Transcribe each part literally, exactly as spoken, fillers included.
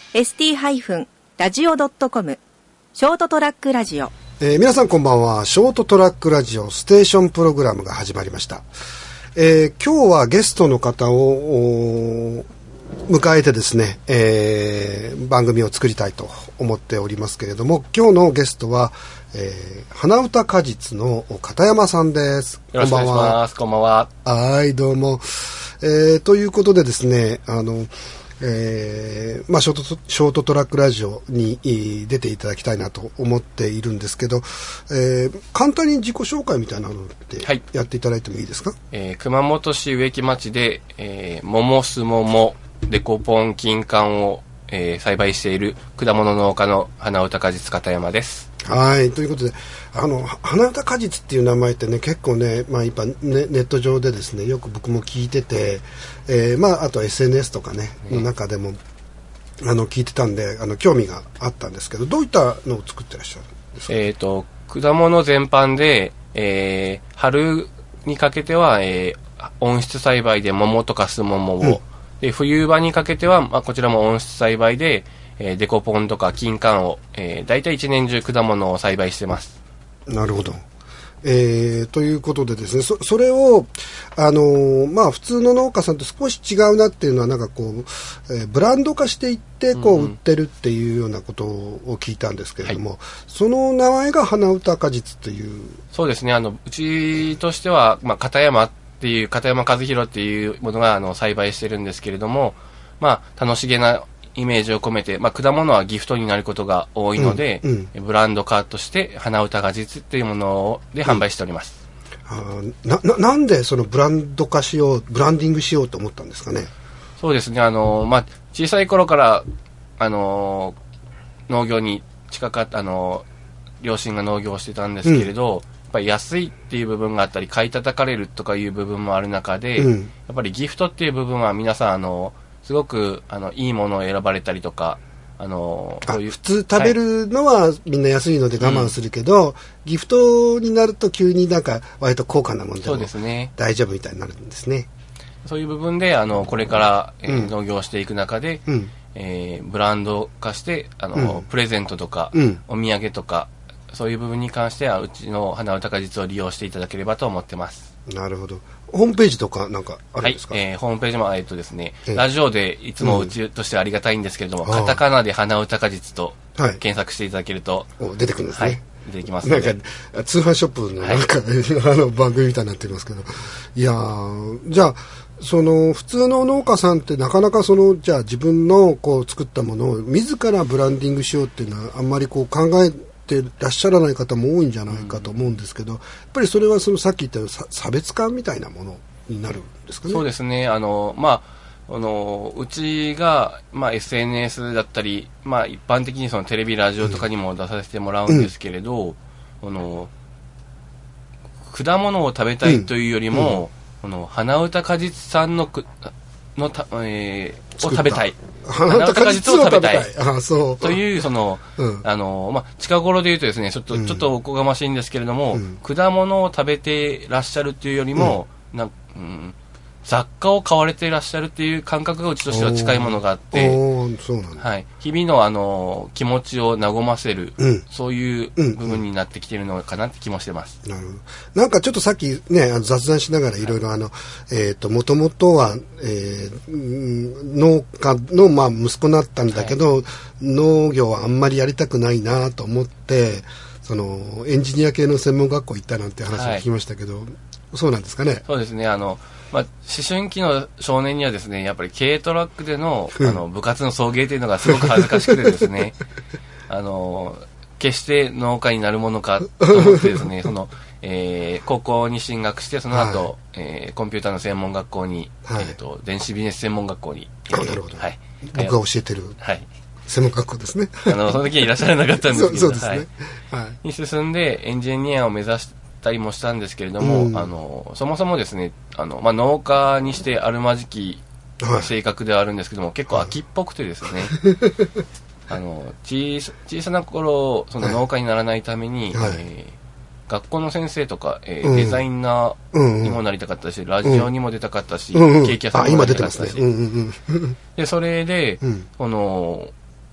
エスティー ラジオ ドットコム ショートトラックラジオ、 えー、皆さんこんばんは。ショートトラックラジオステーションプログラムが始まりました。えー、今日はゲストの方を迎えてですね、えー、番組を作りたいと思っておりますけれども、今日のゲストは、えー、花歌果実の片山さんです。 よろしくお願いします。こんばんは。 はい、どうも。えー、ということでですね、あの、えーまあ、ショート、ショートトラックラジオに出ていただきたいなと思っているんですけど、えー、簡単に自己紹介みたいなのってやっていただいてもいいですか？はい、 えー、熊本市植木町で、えー、桃すももデコポン金柑を、えー、栽培している果物農家の花歌果実片山です。 はい、ということで、あの花歌果実っていう名前ってね、結構ね、まあ、今ねネット上でですね、よく僕も聞いてて、えーまあ、あと エスエヌエス とかねの中でも、あの聞いてたんで、あの興味があったんですけど、どういったのを作ってらっしゃるんですか？ えーと果物全般で、えー、春にかけては、えー、温室栽培で桃とかすももを、うん、で冬場にかけては、まあ、こちらも温室栽培で、えー、デコポンとか金柑を、えー、大体一年中果物を栽培してます。 なるほど。えー、ということでですね、そ, それを、あのー、まあ普通の農家さんと少し違うなっていうのは、なんかこう、えー、ブランド化していってこう売ってるっていうようなことを聞いたんですけれども、はい、その名前が花歌果実という。 そうですね、あのうちとしては、まあ、片山っていう片山和弘っていうものがあの栽培してるんですけれども、まあ楽しげなイメージを込めて、まあ、果物はギフトになることが多いので、うんうん、ブランド化として花歌果実っていうもので販売しております。 うん、あ な, な, なんでそのブランド化しよう、ブランディングしようと思ったんですかね？ そうですね、あの、まあ、小さい頃からあの農業に近かったあの両親が農業をしてたんですけれど、うん、やっぱり安いっていう部分があったり買い叩かれるとかいう部分もある中で、うん、やっぱりギフトっていう部分は皆さんあのすごくあのいいものを選ばれたりとか、あのそういう普通食べるのはみんな安いので我慢するけど、うん、ギフトになると急になんか割と高価なものでも大丈夫みたいになるんですね。 そういう部分であのこれから、えーうん、農業をしていく中で、うん、えー、ブランド化してあの、うん、プレゼントとか、うん、お土産とかそういう部分に関してはうちの花歌果実を利用していただければと思ってます。 なるほど。ホームページとかなんかあるんですか？ はい、えー、ホームページもえっとですね、ラジオでいつもうちとしてはありがたいんですけれども、うん、カタカナで花歌果実と検索していただけると、 はい、出てくるんですね。はい、 出てきますので。 なんか通販ショップのなんか、はい、あの番組みたいになってますけど、いやー、じゃあその普通の農家さんってなかなかそのじゃあ自分のこう作ったものを自らブランディングしようっていうのはあんまりこう考えてらっしゃらない方も多いんじゃないかと思うんですけど、うん、やっぱりそれはそのさっき言った差別化みたいなものになるんですかね？ そうですね、あのまああのうちが、まあ、エスエヌエス だったり、まあ、一般的にそのテレビラジオとかにも出させてもらうんですけれど、うん、あの果物を食べたいというよりも、うんうん、あの花歌果実さんのくのた、えー、を食べたい、 花歌果実を食べたいあそうというその、うん、あのまあ、近頃で言うとですね、ちょっと、うん、ちょっとおこがましいんですけれども、うん、果物を食べてらっしゃるというよりも、うん、なうん、雑貨を買われていらっしゃるっていう感覚がうちとしては近いものがあって、 そうなんだ、 はい、日々のあの気持ちを和ませる、うん、そういう部分になってきているのかなって気もしてます。 なるほど。なんかちょっとさっきね雑談しながらいろいろあの、はい、えっともともとは、えー、農家のまあ息子になったんだけど、はい、農業はあんまりやりたくないなと思ってそのエンジニア系の専門学校行ったなんて話を聞きましたけど、はい、そうなんですかね？ そうですね、あのまあ、思春期の少年にはですね、やっぱり軽トラックでの、あの部活の送迎というのがすごく恥ずかしくてですねあの決して農家になるものかと思ってですねその、えー、高校に進学してその後、はい、えー、コンピューターの専門学校に、はい、えー、と電子ビジネス専門学校に、 えー、なるほど、はい、僕が教えてる、はい、専門学校ですねあのその時はいらっしゃらなかったんですけどそうですね、 はいはい、に進んでエンジニアを目指したりもしたんですけれども、うん、あのそもそもですねあの、まあ、農家にしてあるまじき性格ではあるんですけども、はい、結構秋っぽくてですね、はい、あの 小, 小さな頃その農家にならないために、はい、えー、学校の先生とか、えーうん、デザイナーにもなりたかったし、うん、ラジオにも出たかったし、うん、ケーキ屋さんにもなりたかったし、でそれで、うん、この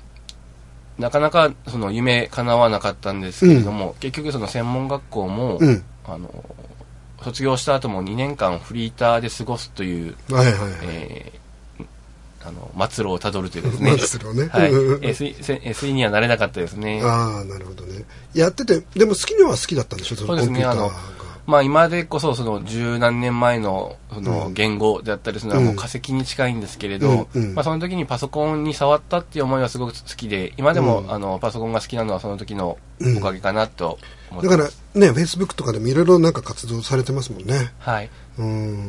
なかなかその夢叶わなかったんですけれども、うん、結局その専門学校も、うん、あの卒業した後もにねんかんフリーターで過ごすという、はいはいはい、えー、あの末路をたどるというですね末路ね、 はい、エスイー エスイー にはなれなかったですね。 ああ、なるほどね。やっててでも好きには好きだったんでしょ、そのコンピューターが。そうですね、あのまあ今でこそその十何年前のその言語であったりするのはもう化石に近いんですけれど、うんうん、まあその時にパソコンに触ったっていう思いはすごく好きで、今でも、うん、あのパソコンが好きなのはその時のおかげかなと思ってます。 だからね、Facebook とかでもいろいろなんか活動されてますもんね。 はい。 うん。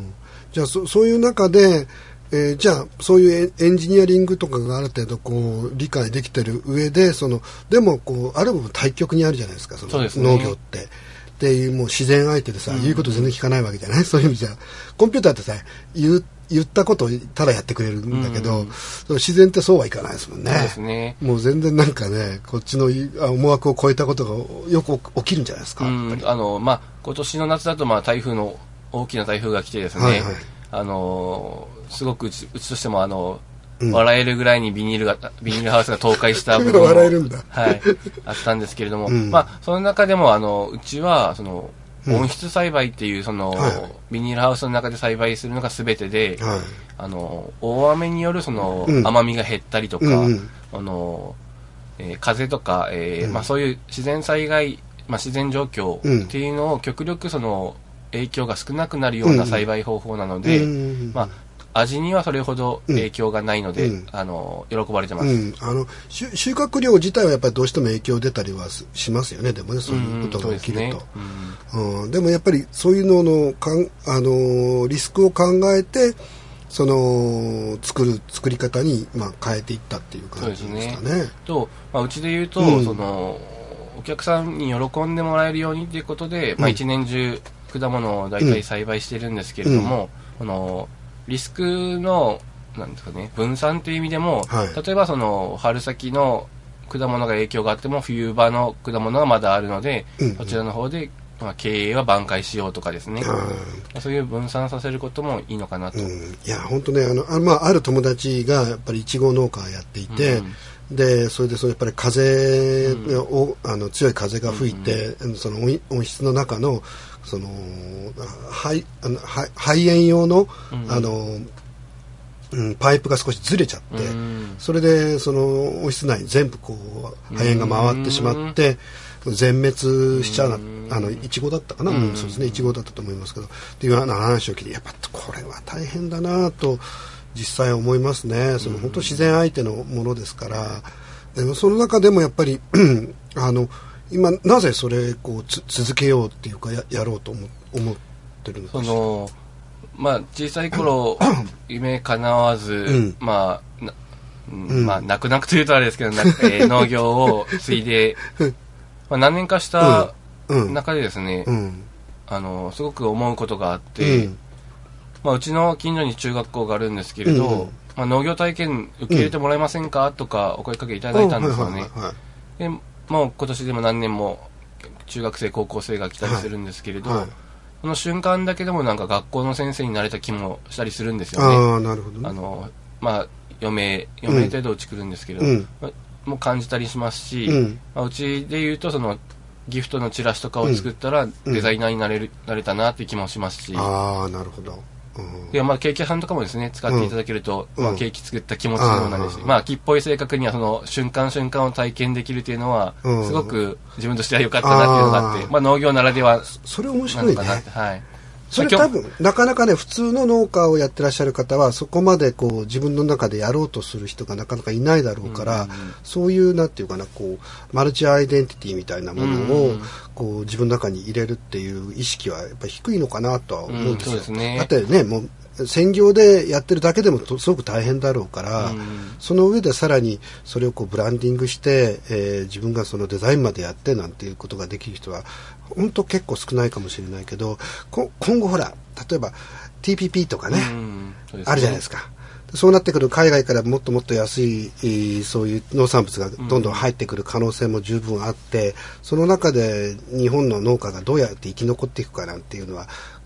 じゃあ そ, そういう中で、えー、じゃあそういうエンジニアリングとかがある程度こう理解できてる上で、そのでもこうある部分対極にあるじゃないですか、そのそうですね、 農業って。っていうもう自然相手でさ、うん、言うこと全然聞かないわけじゃない。そういう意味じゃコンピューターってさ、言う言ったことをただやってくれるんだけど、うん、自然ってそうはいかないですもんね。 そうですね。 もう全然なんかね、こっちの思惑を超えたことがよく起きるんじゃないですか。 うん、あのまあ今年の夏だとまあ台風の大きな台風が来てですね、はいはい、あのすごくうち、うちとしてもあの。うん、笑えるぐらいにビニールがビニールハウスが倒壊した部分も笑えるんだ、 はい、あったんですけれども、うん、まあその中でもあのうちはその温室栽培っていうその、はい、ビニールハウスの中で栽培するのが全てで、はい、あの大雨によるその、うん、甘みが減ったりとか、うんうん、あのえー、風とか、えーうんまあ、そういう自然災害、まあ、自然状況っていうのを極力その影響が少なくなるような栽培方法なので、うんうんまあ味にはそれほど影響がないので、うん、あの喜ばれてます、うん、 あの収穫量自体はやっぱりどうしても影響出たりはしますよね。でもね、そういうことが起きると、うん、うんうん、でもやっぱりそういうののかんあのリスクを考えてその作る作り方に、まあ、変えていったっていう感じですかね。 ねと、まあ、うちでいうと、うん、そのお客さんに喜んでもらえるようにということで、うんまあ、一年中果物を大体栽培しているんですけれども、うん、このリスクのなんですかね、分散という意味でも、はい、例えばその春先の果物が影響があっても冬場の果物がまだあるので、うんうん、そちらの方で、まあ、経営は挽回しようとかですね、うん、そういう分散させることもいいのかなと、うん、 いや本当ね、あの あ,、まあ、ある友達がやっぱりいちご農家やっていて、うん、でそれでそのやっぱり風を、うん、あの強い風が吹いて、うん、その温室の中のその肺あの肺炎用の、うん、あのうん、パイプが少しずれちゃって、うん、それでその温室内全部こう肺炎が回ってしまって、うん、全滅しちゃうな、うん、あのイチゴだったかな、うん、そうですね、イチゴだったと思いますけどっていうような話を聞いて、やっぱこれは大変だなと実際思いますね。その本当自然相手のものですから、でもその中でもやっぱりあの今なぜそれこうつ続けようっていうか や, やろうと思思ってるのかしら。そのまあ、小さい頃夢叶わず、うん、まあな、うんまあ、泣く泣くというとあれですけど、えー、農業を継いで、まあ、何年かした中でですね、うんうん、あのすごく思うことがあって、うんまあ、うちの近所に中学校があるんですけれど、うんまあ、農業体験受け入れてもらえませんか、とかお声かけいただいたんですよね。でもう今年でも何年も中学生高校生が来たりするんですけれど、はいはい、その瞬間だけでもなんか学校の先生になれた気もしたりするんですよね。 ああ、なるほどね。 あのまあ余命余命程度うち来るんですけど、うんまあ、もう感じたりしますし、うんまあ、うちでいうとそのギフトのチラシとかを作ったらデザイナーになれる、うん、なれたなっていう気もしますし。 ああ、なるほど。うん、 いやまあケーキ屋さんとかもですね使っていただけると、うんまあ、ケーキ作った気持ちにもなるし、うん、まあ秋っぽい性格にはその瞬間瞬間を体験できるというのは、うん、すごく自分としては良かったなっていうのがあって、まあ、農業ならではそれ面白いね。 はい、 それ多分なかなかね普通の農家をやってらっしゃる方はそこまでこう自分の中でやろうとする人がなかなかいないだろうから、うんうん、そういうなんていうかなこうマルチアイデンティティみたいなものをこう自分の中に入れるっていう意識はやっぱり低いのかなとは思うんですよ。うん、そうですね。だってねもう専業でやってるだけでもすごく大変だろうから、うん、その上でさらにそれをこうブランディングして、えー、自分がそのデザインまでやってなんていうことができる人は本当結構少ないかもしれないけど、こ今後ほら例えば ティーピーピー とかね、うんそうですね、あるじゃないですか。そうなってくる海外からもっともっと安い、えー、そういう農産物がどんどん入ってくる可能性も十分あって、その中で日本の農家がどうやって生き残っていくかなんていうのは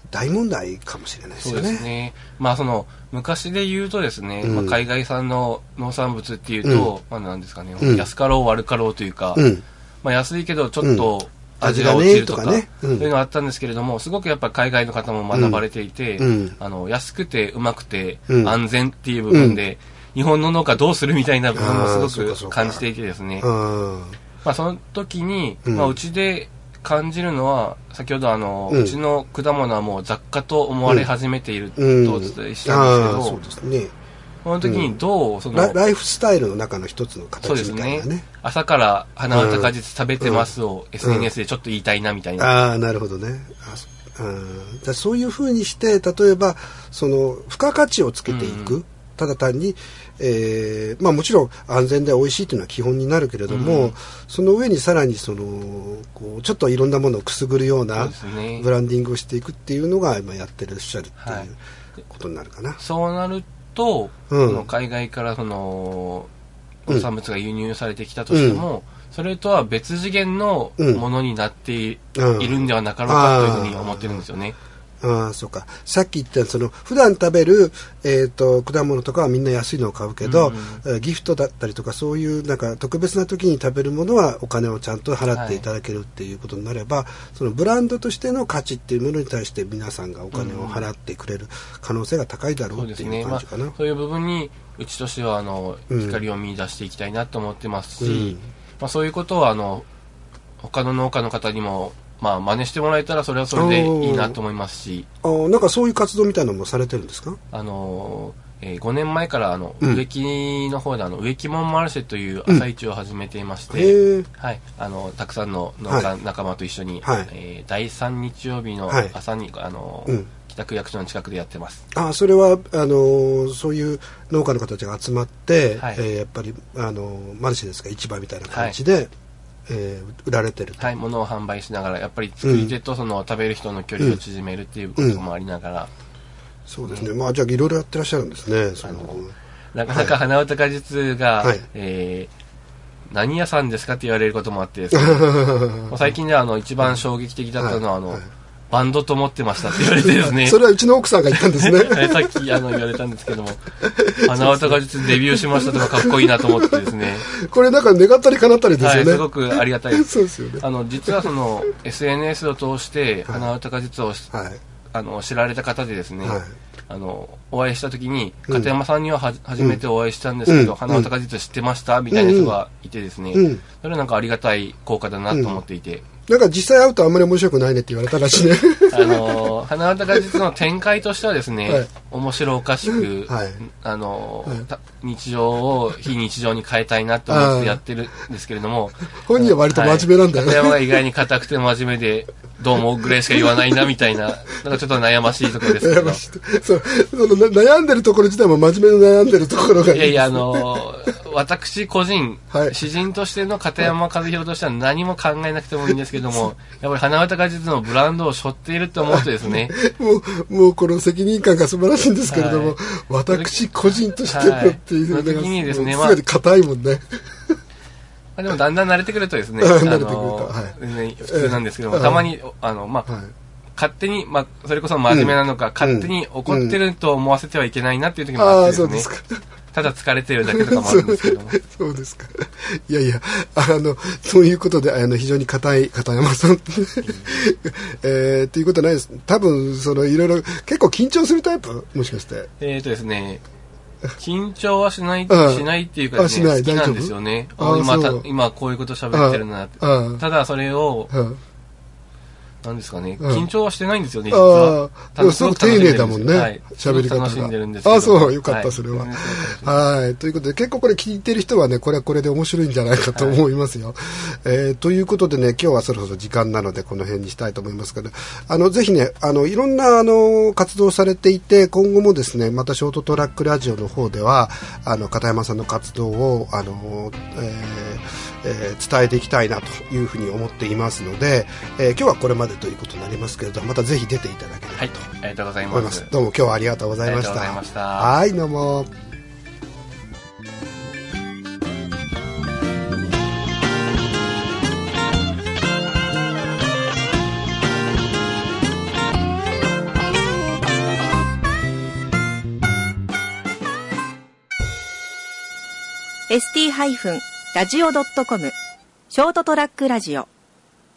大問題かもしれないですよね。 そうですね。まあその昔で言うとですね、 うんまあ、海外産の農産物っていうと、うん、まあなんですかね、うん、安かろう悪かろうというか、うん、まあ安いけどちょっと味が落ちるとか、うんねとかねうん、そういうのがあったんですけれども、すごくやっぱ海外の方も学ばれていて、うん、あの安くてうまくて安全っていう部分で、日本の農家どうするみたいな部分もすごく感じていてですね、まあその時に、まあうちで感じるのは、先ほどあの、うん、うちの果物はもう雑貨と思われ始めているとお伝えしたんですけど、 そうですね。 この時にどうその、 ラ、ライフスタイルの中の一つの形みたいなね。そうですね。 朝から花歌果実食べてますを エスエヌエス でちょっと言いたいなみたいな。 ああ、なるほどね。ああだそういうふうにして、例えば、その、付加価値をつけていく。うん、ただ単に、えーまあ、もちろん安全で美味しいというのは基本になるけれども、うん、その上にさらにそのこうちょっといろんなものをくすぐるようなブランディングをしていくっていうのが今やってらっしゃるっていうことになるかな。 はい、そうなると、うん、その海外からその農産物が輸入されてきたとしても、うん、それとは別次元のものになっているんではなかろうかというふうに思ってるんですよね。 ああ、そうか。さっき言ったその普段食べる、えー、と果物とかはみんな安いのを買うけど、うん、ギフトだったりとかそういうなんか特別な時に食べるものはお金をちゃんと払っていただけるっていうことになれば、はい、そのブランドとしての価値っていうものに対して皆さんがお金を払ってくれる可能性が高いだろうっていう感じかな。そうですね。まあ、そういう部分にうちとしてはあの、うん、光を見出していきたいなと思ってますし、うんまあ、そういうことはあの他の農家の方にもまあ真似してもらえたらそれはそれでいいなと思いますし、 ああなんかそういう活動みたいなのもされてるんですか？ あの、えー、ごねんまえからあの、うん、植木の方であの植木モンマルシェという朝市を始めていまして、うんはい、あのたくさんの農家仲間と一緒に、はいえー、だいさん日曜日の朝に、はい、あの、うん、北区役所の近くでやってます。 あそれはあのそういう農家の方たちが集まって、はいえー、やっぱりあのマルシェですか市場みたいな感じで、はいえー、売られてるはい、物を販売しながらやっぱり作り手とその、うん、食べる人の距離を縮めるっていうこともありながら、うん、 そうですね、まあじゃあいろいろやってらっしゃるんですね。そのあのなかなか花歌果実が、はいえー、何屋さんですかって言われることもあってですね最近ではあの一番衝撃的だったのは、はいあのはいバンドと思ってましたって言われてですねそれはうちの奥さんが言ったんですねさっきあの言われたんですけども花歌果実デビューしましたとかかっこいいなと思ってですねこれなんか願ったり叶ったりですよね、はい、 すごくありがたいですそうですよね。 あの実はその エスエヌエス を通して花歌果実を、はい、あの知られた方でですね、はい、あのお会いした時に片山さんにはは、うん、初めてお会いしたんですけど、うん、花歌果実知ってましたみたいな人がいてですね、うん、それはなんかありがたい効果だなと思っていて、うんなんか実際会うとあんまり面白くないねって言われたらしいねあの花歌果実の展開としてはですね、はい、面白おかしく、はい、あの、はい、日常を非日常に変えたいなと思ってやってるんですけれども本人は割と真面目なんだよね、 片山が意外に硬くて真面目でどうもぐらいしか言わないなみたいななんかちょっと悩ましいところですけどそうその悩んでるところ自体も真面目に悩んでるところがいい、 いやいやあの私個人、はい、詩人としての片山和弘としては何も考えなくてもいいんですけどもやっぱり花歌果実のブランドを背負っていると思うとですねもう、もうこの責任感が素晴らしいんですけれども、はい、私個人としてのっていうのが、はい、にですね、まあ、硬いもんねでもだんだん慣れてくるとですね慣れてくると、はい、普通なんですけども、えー、たまにあの、まあはい、勝手に、まあ、それこそ真面目なのか、うん、勝手に怒ってると思わせてはいけないなっていう時もあってですね、うんうん、あ、そうですかただ疲れてるだけとかもあるんですけどもそうですか。いやいやあのそういうことであの非常に硬い片山さんえー、っていうことはないです。多分そのいろいろ結構緊張するタイプもしかしてえーとですね緊張はしないしないっていうかですね好きなんですよね。あ今た今こういうこと喋ってるなってただそれをなんですかね、緊張はしてないんですよね、実は。 すごく丁寧だもんね、はい、喋り方が。 楽しんでるんですけど。 あ、そう、よかった、はい、それは。はい。ということで、結構これ聞いてる人はね、これはこれで面白いんじゃないかと思いますよ。はい、えー、ということでね、今日はそろそろ時間なので、この辺にしたいと思いますけど、あの、ぜひね、あの、いろんな、あの、活動されていて、今後もですね、またショートトラックラジオの方では、あの、片山さんの活動を、あの、えーえー、伝えていきたいなというふうに思っていますので、えー、今日はこれまでということになりますけれどまたぜひ出ていただければと、はい、 ありがとうございます。 どうも今日はありがとうございました。 ありがとうございました。 はい、どうも。 エスティー ラジオ ドットコム ショートトラックラジオ